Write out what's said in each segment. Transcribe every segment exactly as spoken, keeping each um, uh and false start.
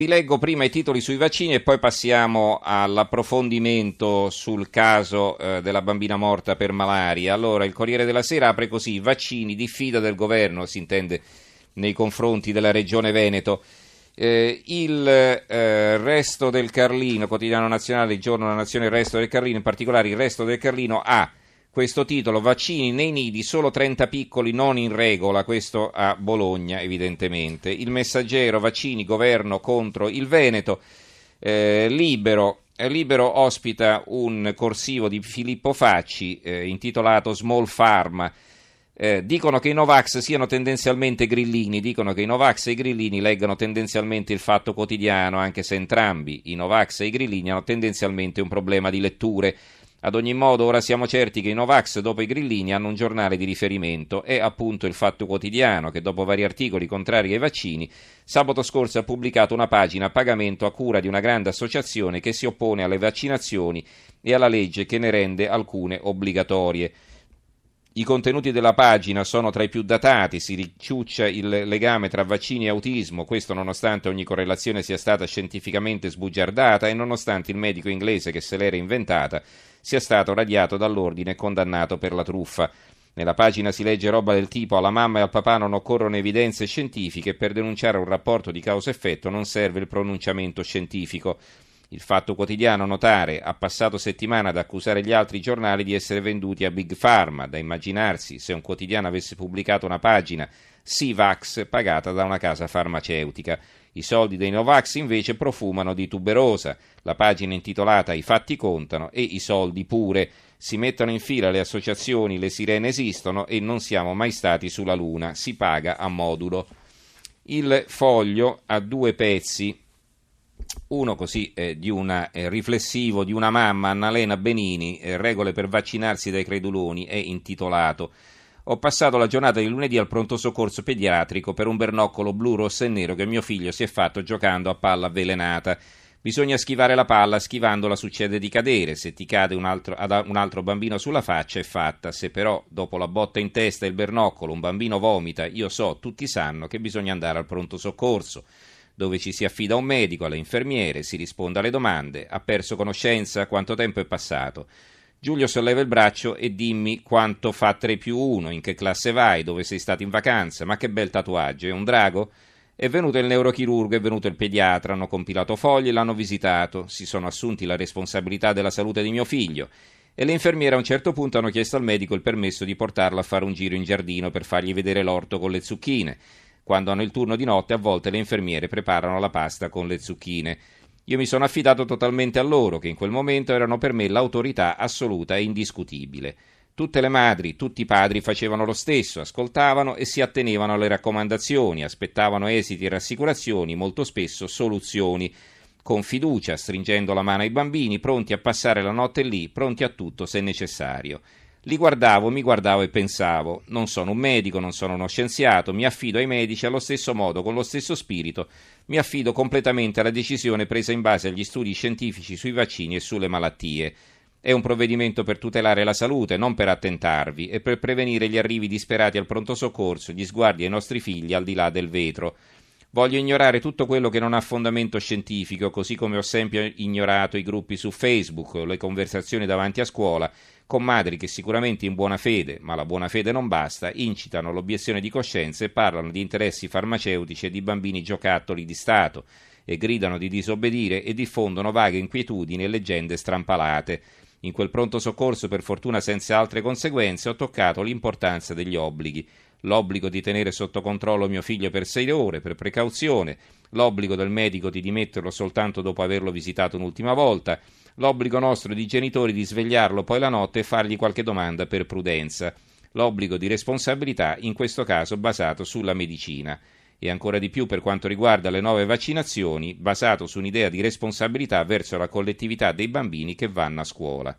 Vi leggo prima i titoli sui vaccini e poi passiamo all'approfondimento sul caso eh, della bambina morta per malaria. Allora, il Corriere della Sera apre così: vaccini, diffida del governo, si intende nei confronti della Regione Veneto. Eh, il eh, Resto del Carlino, quotidiano nazionale, il giorno della nazione, il Resto del Carlino, in particolare il Resto del Carlino ha questo titolo: vaccini nei nidi, solo trenta piccoli non in regola, questo a Bologna evidentemente. Il Messaggero, vaccini, governo contro il Veneto. eh, Libero, eh, Libero ospita un corsivo di Filippo Facci eh, intitolato Small Pharma. Eh, dicono che i Novax siano tendenzialmente grillini, dicono che i Novax e i grillini leggano tendenzialmente il Fatto Quotidiano, anche se entrambi, i Novax e i grillini, hanno tendenzialmente un problema di letture. Ad ogni modo, ora siamo certi che i Novax, dopo i grillini, hanno un giornale di riferimento. È appunto il Fatto Quotidiano che, dopo vari articoli contrari ai vaccini, sabato scorso ha pubblicato una pagina a pagamento a cura di una grande associazione che si oppone alle vaccinazioni e alla legge che ne rende alcune obbligatorie. I contenuti della pagina sono tra i più datati, si ricciuccia il legame tra vaccini e autismo, questo nonostante ogni correlazione sia stata scientificamente sbugiardata e nonostante il medico inglese che se l'era inventata sia stato radiato dall'ordine e condannato per la truffa. Nella pagina si legge roba del tipo: alla mamma e al papà non occorrono evidenze scientifiche, per denunciare un rapporto di causa-effetto non serve il pronunciamento scientifico. Il Fatto Quotidiano, notare, ha passato settimana ad accusare gli altri giornali di essere venduti a Big Pharma, da immaginarsi se un quotidiano avesse pubblicato una pagina Sivax pagata da una casa farmaceutica. I soldi dei Novax invece profumano di tuberosa. La pagina intitolata I fatti contano e i soldi pure. Si mettono in fila le associazioni, le sirene esistono e non siamo mai stati sulla Luna. Si paga a modulo. Il Foglio ha due pezzi. Uno così eh, di una eh, riflessivo di una mamma, Annalena Benini, eh, regole per vaccinarsi dai creduloni, è intitolato: ho passato la giornata di lunedì al pronto soccorso pediatrico per un bernoccolo blu, rosso e nero che mio figlio si è fatto giocando a palla avvelenata. Bisogna schivare la palla, schivandola succede di cadere, se ti cade un altro, un altro bambino sulla faccia è fatta, se però dopo la botta in testa e il bernoccolo un bambino vomita, io so, tutti sanno che bisogna andare al pronto soccorso, dove ci si affida a un medico, alle infermiere, si risponde alle domande. Ha perso conoscenza? Quanto tempo è passato? Giulio solleva il braccio e dimmi quanto fa tre più uno, in che classe vai, dove sei stato in vacanza, ma che bel tatuaggio, è un drago? È venuto il neurochirurgo, è venuto il pediatra, hanno compilato fogli e l'hanno visitato, si sono assunti la responsabilità della salute di mio figlio. E le infermiere a un certo punto hanno chiesto al medico il permesso di portarlo a fare un giro in giardino per fargli vedere l'orto con le zucchine. Quando hanno il turno di notte, a volte le infermiere preparano la pasta con le zucchine. Io mi sono affidato totalmente a loro, che in quel momento erano per me l'autorità assoluta e indiscutibile. Tutte le madri, tutti i padri facevano lo stesso, ascoltavano e si attenevano alle raccomandazioni, aspettavano esiti e rassicurazioni, molto spesso soluzioni, con fiducia, stringendo la mano ai bambini, pronti a passare la notte lì, pronti a tutto se necessario. Li guardavo, mi guardavo e pensavo: non sono un medico, non sono uno scienziato, mi affido ai medici allo stesso modo, con lo stesso spirito, mi affido completamente alla decisione presa in base agli studi scientifici sui vaccini e sulle malattie. È un provvedimento per tutelare la salute, non per attentarvi, e per prevenire gli arrivi disperati al pronto soccorso, gli sguardi ai nostri figli al di là del vetro. Voglio ignorare tutto quello che non ha fondamento scientifico, così come ho sempre ignorato i gruppi su Facebook, le conversazioni davanti a scuola, con madri che sicuramente in buona fede, ma la buona fede non basta, incitano l'obiezione di coscienza e parlano di interessi farmaceutici e di bambini giocattoli di Stato, e gridano di disobbedire e diffondono vaghe inquietudini e leggende strampalate. In quel pronto soccorso, per fortuna senza altre conseguenze, ho toccato l'importanza degli obblighi. L'obbligo di tenere sotto controllo mio figlio per sei ore, per precauzione, l'obbligo del medico di dimetterlo soltanto dopo averlo visitato un'ultima volta, l'obbligo nostro di genitori di svegliarlo poi la notte e fargli qualche domanda per prudenza, l'obbligo di responsabilità, in questo caso basato sulla medicina, e ancora di più per quanto riguarda le nuove vaccinazioni, basato su un'idea di responsabilità verso la collettività dei bambini che vanno a scuola.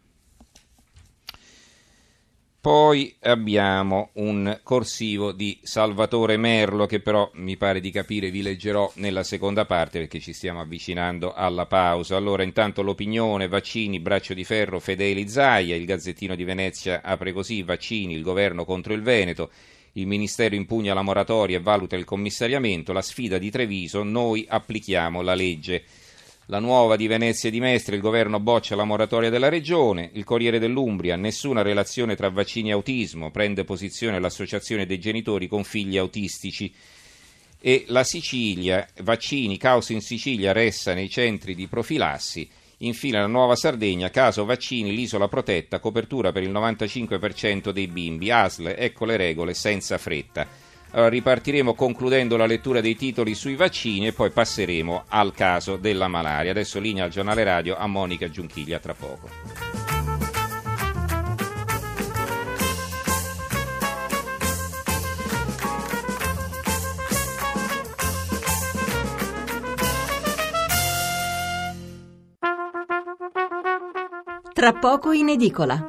Poi abbiamo un corsivo di Salvatore Merlo che però mi pare di capire vi leggerò nella seconda parte perché ci stiamo avvicinando alla pausa. Allora intanto l'opinione, vaccini, braccio di ferro, Fedeli Zaia, il Gazzettino di Venezia apre così: vaccini, il governo contro il Veneto. il Ministero impugna la moratoria e valuta il commissariamento, la sfida di Treviso, noi applichiamo la legge. La Nuova di Venezia e di Mestre, il governo boccia la moratoria della regione, il Corriere dell'Umbria, nessuna relazione tra vaccini e autismo, prende posizione l'associazione dei genitori con figli autistici. E la Sicilia, vaccini, caos in Sicilia, ressa nei centri di profilassi. Infine la Nuova Sardegna, caso vaccini, l'isola protetta, copertura per il novantacinque per cento dei bimbi. A S L, ecco le regole, senza fretta. Allora, ripartiremo concludendo la lettura dei titoli sui vaccini e poi passeremo al caso della malaria. Adesso linea al giornale radio a Monica Giunchiglia, tra poco. Tra poco in edicola.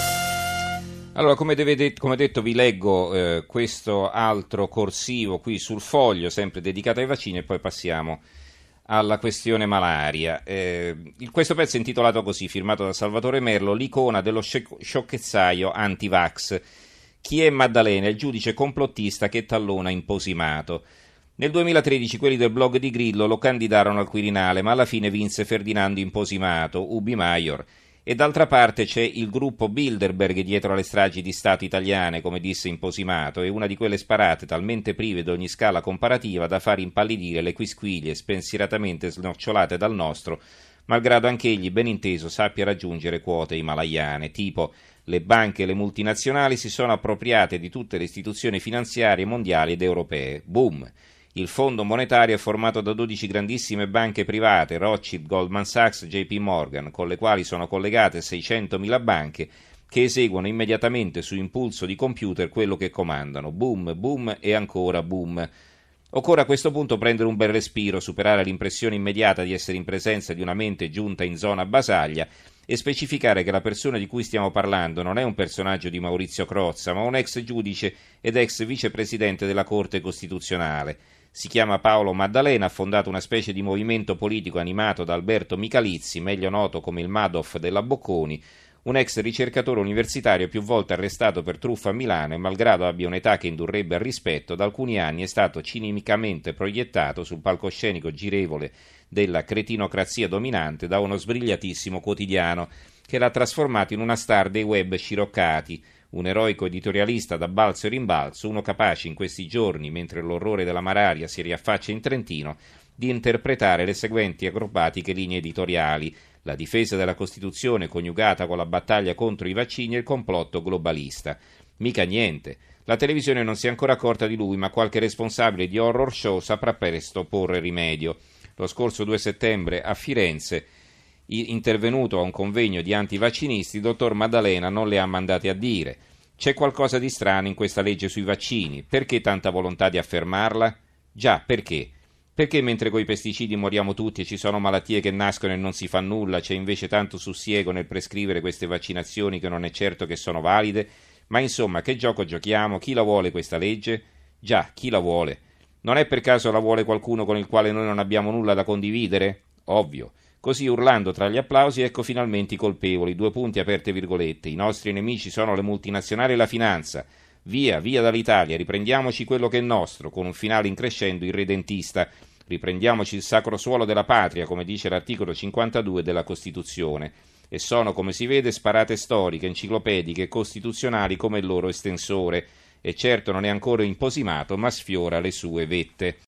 Allora, come, deve, come detto, vi leggo eh, questo altro corsivo qui sul Foglio, sempre dedicato ai vaccini, e poi passiamo alla questione malaria. Eh, il, questo pezzo è intitolato così, firmato da Salvatore Merlo, l'icona dello sciocchezzaio anti-vax. Chi è Maddalena? Il giudice complottista che tallona Imposimato. Nel duemilatredici quelli del blog di Grillo lo candidarono al Quirinale, ma alla fine vinse Ferdinando Imposimato, Ubi Maior. E d'altra parte c'è il gruppo Bilderberg dietro alle stragi di Stato italiane, come disse Imposimato, e una di quelle sparate talmente prive di ogni scala comparativa da far impallidire le quisquiglie spensieratamente snocciolate dal nostro, malgrado anch'egli, ben inteso, sappia raggiungere quote himalayane, tipo le banche e le multinazionali si sono appropriate di tutte le istituzioni finanziarie mondiali ed europee. Boom! Il Fondo monetario è formato da dodici grandissime banche private, Rothschild, Goldman Sachs, J P Morgan, con le quali sono collegate seicentomila banche che eseguono immediatamente su impulso di computer quello che comandano. Boom, boom e ancora boom. Occorre a questo punto prendere un bel respiro, superare l'impressione immediata di essere in presenza di una mente giunta in zona basaglia e specificare che la persona di cui stiamo parlando non è un personaggio di Maurizio Crozza, ma un ex giudice ed ex vicepresidente della Corte Costituzionale. Si chiama Paolo Maddalena, ha fondato una specie di movimento politico animato da Alberto Micalizzi, meglio noto come il Madoff della Bocconi, un ex ricercatore universitario più volte arrestato per truffa a Milano e, malgrado abbia un'età che indurrebbe al rispetto, da alcuni anni è stato cinicamente proiettato sul palcoscenico girevole della cretinocrazia dominante da uno sbrigliatissimo quotidiano che l'ha trasformato in una star dei web sciroccati, un eroico editorialista da balzo e rimbalzo, uno capace in questi giorni, mentre l'orrore della malaria si riaffaccia in Trentino, di interpretare le seguenti acrobatiche linee editoriali: la difesa della Costituzione coniugata con la battaglia contro i vaccini e il complotto globalista. Mica niente. La televisione non si è ancora accorta di lui, ma qualche responsabile di horror show saprà presto porre rimedio. Lo scorso due settembre a Firenze, intervenuto a un convegno di antivaccinisti, il dottor Maddalena non le ha mandate a dire. C'è qualcosa di strano in questa legge sui vaccini. Perché tanta volontà di affermarla? Già, perché? Perché mentre coi pesticidi moriamo tutti e ci sono malattie che nascono e non si fa nulla, c'è invece tanto sussiego nel prescrivere queste vaccinazioni che non è certo che sono valide? Ma insomma, che gioco giochiamo? Chi la vuole questa legge? Già, chi la vuole? Non è per caso la vuole qualcuno con il quale noi non abbiamo nulla da condividere? Ovvio. Così, urlando tra gli applausi, ecco finalmente i colpevoli, due punti aperte virgolette, i nostri nemici sono le multinazionali e la finanza. Via, via dall'Italia, riprendiamoci quello che è nostro, con un finale in crescendo irredentista. Riprendiamoci il sacro suolo della patria, come dice l'articolo cinquantadue della Costituzione. E sono, come si vede, sparate storiche, enciclopediche e costituzionali come il loro estensore. E certo non è ancora Imposimato, ma sfiora le sue vette.